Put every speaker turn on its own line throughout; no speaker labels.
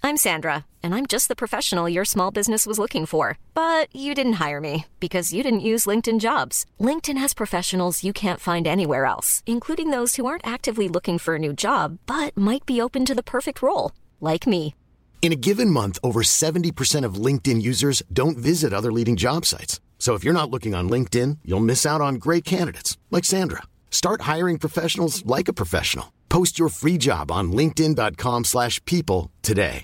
I'm Sandra, and I'm just the professional your small business was looking for. But you didn't hire me because you didn't use LinkedIn Jobs. LinkedIn has professionals you can't find anywhere else, including those who aren't actively looking for a new job, but might be open to the perfect role, like me.
In a given month, over 70% of LinkedIn users don't visit other leading job sites. So if you're not looking on LinkedIn, you'll miss out on great candidates like Sandra. Start hiring professionals like a professional. Post your free job on linkedin.com/people today.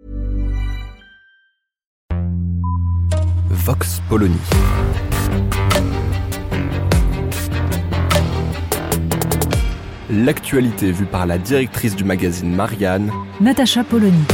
Vox Polony. L'actualité vue par la directrice du magazine Marianne,
Natacha Polony.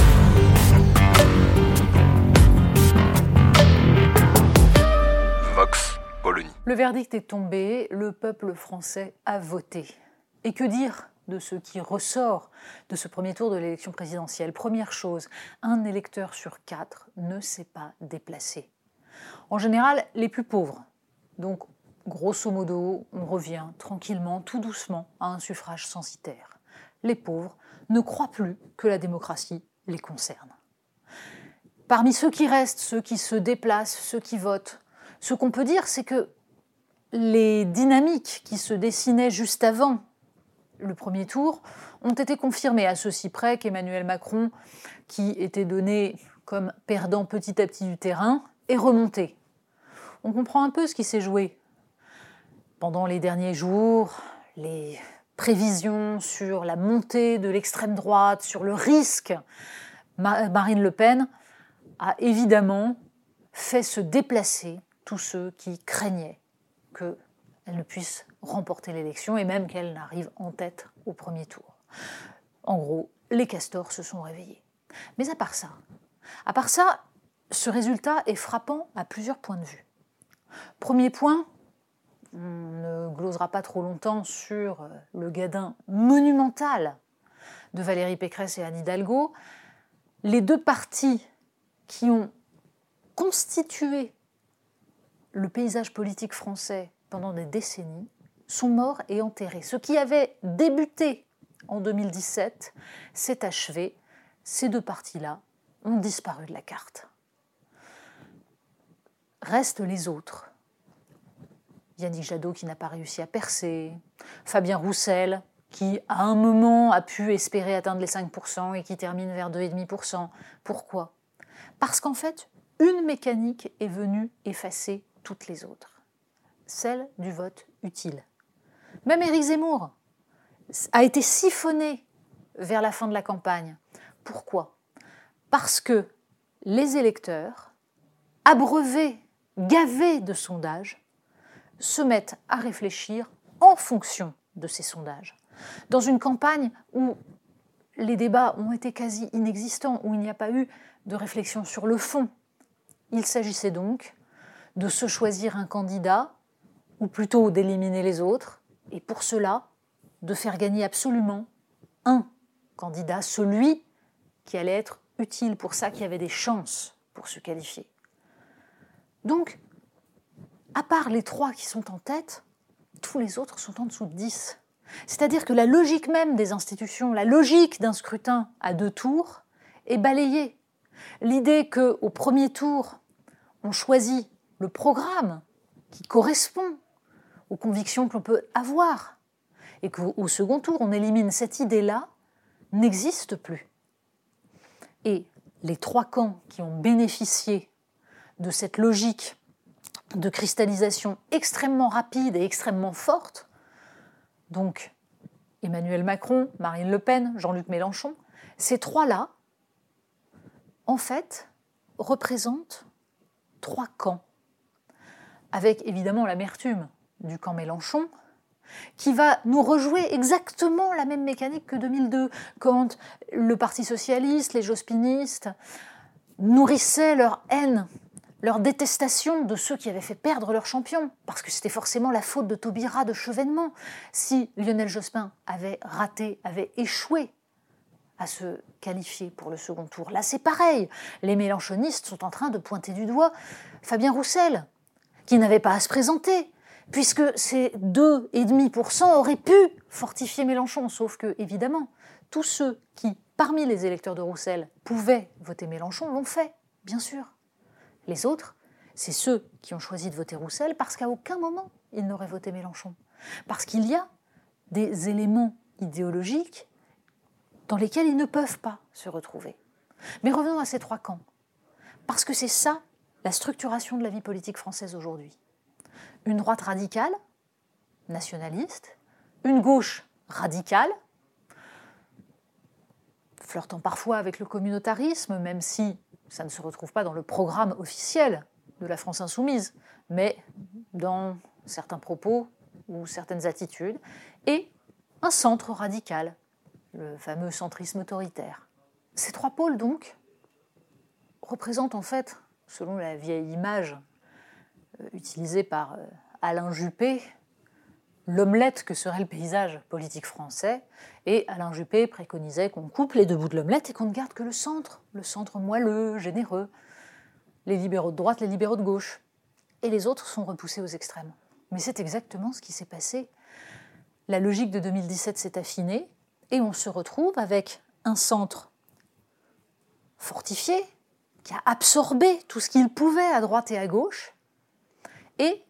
Vox Polony.
Le verdict est tombé, le peuple français a voté. Et que dire de ce qui ressort de ce premier tour de l'élection présidentielle? Première chose, un électeur sur 4 ne s'est pas déplacé. En général, les plus pauvres. Donc, grosso modo, on revient tranquillement, tout doucement, à un suffrage censitaire. Les pauvres ne croient plus que la démocratie les concerne. Parmi ceux qui restent, ceux qui se déplacent, ceux qui votent, ce qu'on peut dire, c'est que les dynamiques qui se dessinaient juste avant le premier tour ont été confirmées, à ceci près qu'Emmanuel Macron, qui était donné comme perdant petit à petit du terrain, est remonté. On comprend un peu ce qui s'est joué. Pendant les derniers jours, les prévisions sur la montée de l'extrême droite, sur le risque, Marine Le Pen a évidemment fait se déplacer tous ceux qui craignaient qu'elle ne puisse remporter l'élection et même qu'elle n'arrive en tête au premier tour. En gros, les castors se sont réveillés. Mais à part ça, ce résultat est frappant à plusieurs points de vue. Premier point, on ne glosera pas trop longtemps sur le gadin monumental de Valérie Pécresse et Anne Hidalgo. Les deux partis qui ont constitué le paysage politique français pendant des décennies sont morts et enterrés. Ce qui avait débuté en 2017 s'est achevé. Ces deux partis-là ont disparu de la carte. Restent les autres. Yannick Jadot qui n'a pas réussi à percer, Fabien Roussel qui à un moment a pu espérer atteindre les 5% et qui termine vers 2,5%. Pourquoi ? Parce qu'en fait, une mécanique est venue effacer toutes les autres, celle du vote utile. Même Éric Zemmour a été siphonné vers la fin de la campagne. Pourquoi ? Parce que les électeurs, abreuvés, gavés de sondages, se mettent à réfléchir en fonction de ces sondages. Dans une campagne où les débats ont été quasi inexistants, où il n'y a pas eu de réflexion sur le fond, il s'agissait donc de se choisir un candidat, ou plutôt d'éliminer les autres, et pour cela, de faire gagner absolument un candidat, celui qui allait être utile pour ça, qui avait des chances pour se qualifier. Donc, à part les 3 qui sont en tête, tous les autres sont en dessous de 10. C'est-à-dire que la logique même des institutions, la logique d'un scrutin à 2 tours est balayée. L'idée qu'au premier tour, on choisit le programme qui correspond aux convictions que l'on peut avoir et qu'au second tour, on élimine cette idée-là, n'existe plus. Et les 3 camps qui ont bénéficié de cette logique de cristallisation extrêmement rapide et extrêmement forte, donc Emmanuel Macron, Marine Le Pen, Jean-Luc Mélenchon, ces 3-là, en fait, représentent 3 camps, avec évidemment l'amertume du camp Mélenchon, qui va nous rejouer exactement la même mécanique que 2002, quand le Parti socialiste, les jospinistes, nourrissaient leur haine, leur détestation de ceux qui avaient fait perdre leur champion, parce que c'était forcément la faute de Taubira, de Chevènement, si Lionel Jospin avait raté, avait échoué à se qualifier pour le second tour. Là, c'est pareil. Les mélenchonistes sont en train de pointer du doigt Fabien Roussel, qui n'avait pas à se présenter, puisque ces 2,5% auraient pu fortifier Mélenchon, sauf que, évidemment, tous ceux qui parmi les électeurs de Roussel pouvaient voter Mélenchon l'ont fait, bien sûr. Les autres, c'est ceux qui ont choisi de voter Roussel parce qu'à aucun moment ils n'auraient voté Mélenchon. Parce qu'il y a des éléments idéologiques dans lesquels ils ne peuvent pas se retrouver. Mais revenons à ces 3 camps. Parce que c'est ça, la structuration de la vie politique française aujourd'hui. Une droite radicale, nationaliste, une gauche radicale, flirtant parfois avec le communautarisme, même si ça ne se retrouve pas dans le programme officiel de la France insoumise, mais dans certains propos ou certaines attitudes, et un centre radical, le fameux centrisme autoritaire. Ces 3 pôles, donc, représentent en fait, selon la vieille image utilisée par Alain Juppé, l'omelette que serait le paysage politique français, et Alain Juppé préconisait qu'on coupe les 2 bouts de l'omelette et qu'on ne garde que le centre moelleux, généreux, les libéraux de droite, les libéraux de gauche. Et les autres sont repoussés aux extrêmes. Mais c'est exactement ce qui s'est passé. La logique de 2017 s'est affinée, et on se retrouve avec un centre fortifié, qui a absorbé tout ce qu'il pouvait à droite et à gauche, et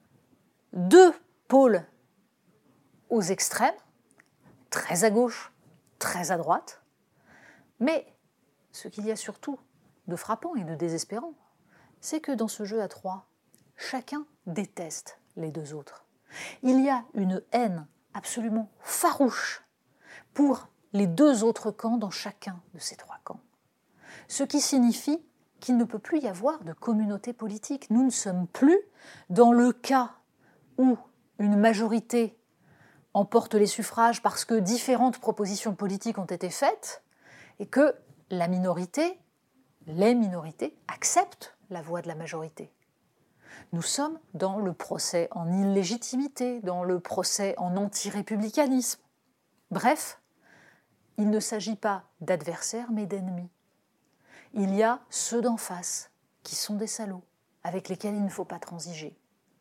2 pôles aux extrêmes, très à gauche, très à droite. Mais ce qu'il y a surtout de frappant et de désespérant, c'est que dans ce jeu à 3, chacun déteste les 2 autres. Il y a une haine absolument farouche pour les 2 autres camps dans chacun de ces 3 camps. Ce qui signifie qu'il ne peut plus y avoir de communauté politique. Nous ne sommes plus dans le cas où une majorité emporte les suffrages parce que différentes propositions politiques ont été faites et que la minorité, les minorités, acceptent la voix de la majorité. Nous sommes dans le procès en illégitimité, dans le procès en anti-républicanisme. Bref, il ne s'agit pas d'adversaires mais d'ennemis. Il y a ceux d'en face qui sont des salauds, avec lesquels il ne faut pas transiger.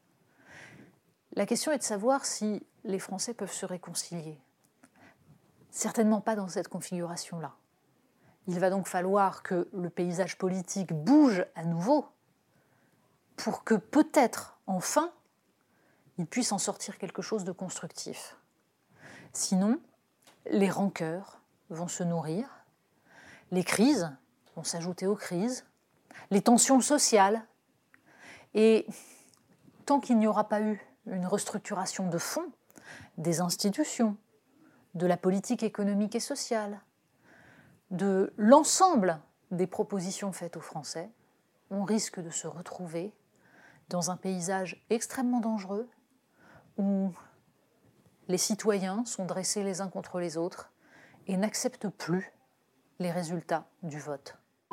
La question est de savoir si les Français peuvent se réconcilier. Certainement pas dans cette configuration-là. Il va donc falloir que le paysage politique bouge à nouveau pour que peut-être, enfin, il puisse en sortir quelque chose de constructif. Sinon, les rancœurs vont se nourrir, les crises vont s'ajouter aux crises, les tensions sociales, et tant qu'il n'y aura pas eu une restructuration de fond des institutions, de la politique économique et sociale, de l'ensemble des propositions faites aux Français, on risque de se retrouver dans un paysage extrêmement dangereux où les citoyens sont dressés les uns contre les autres et n'acceptent plus les résultats du vote.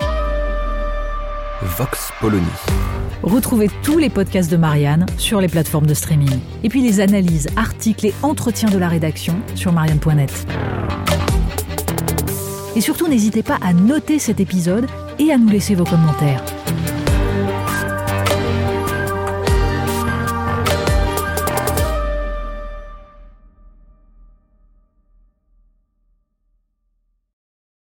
Vox Polony.
Retrouvez tous les podcasts de Marianne sur les plateformes de streaming. Et puis les analyses, articles et entretiens de la rédaction sur marianne.net. Et surtout, n'hésitez pas à noter cet épisode et à nous laisser vos commentaires.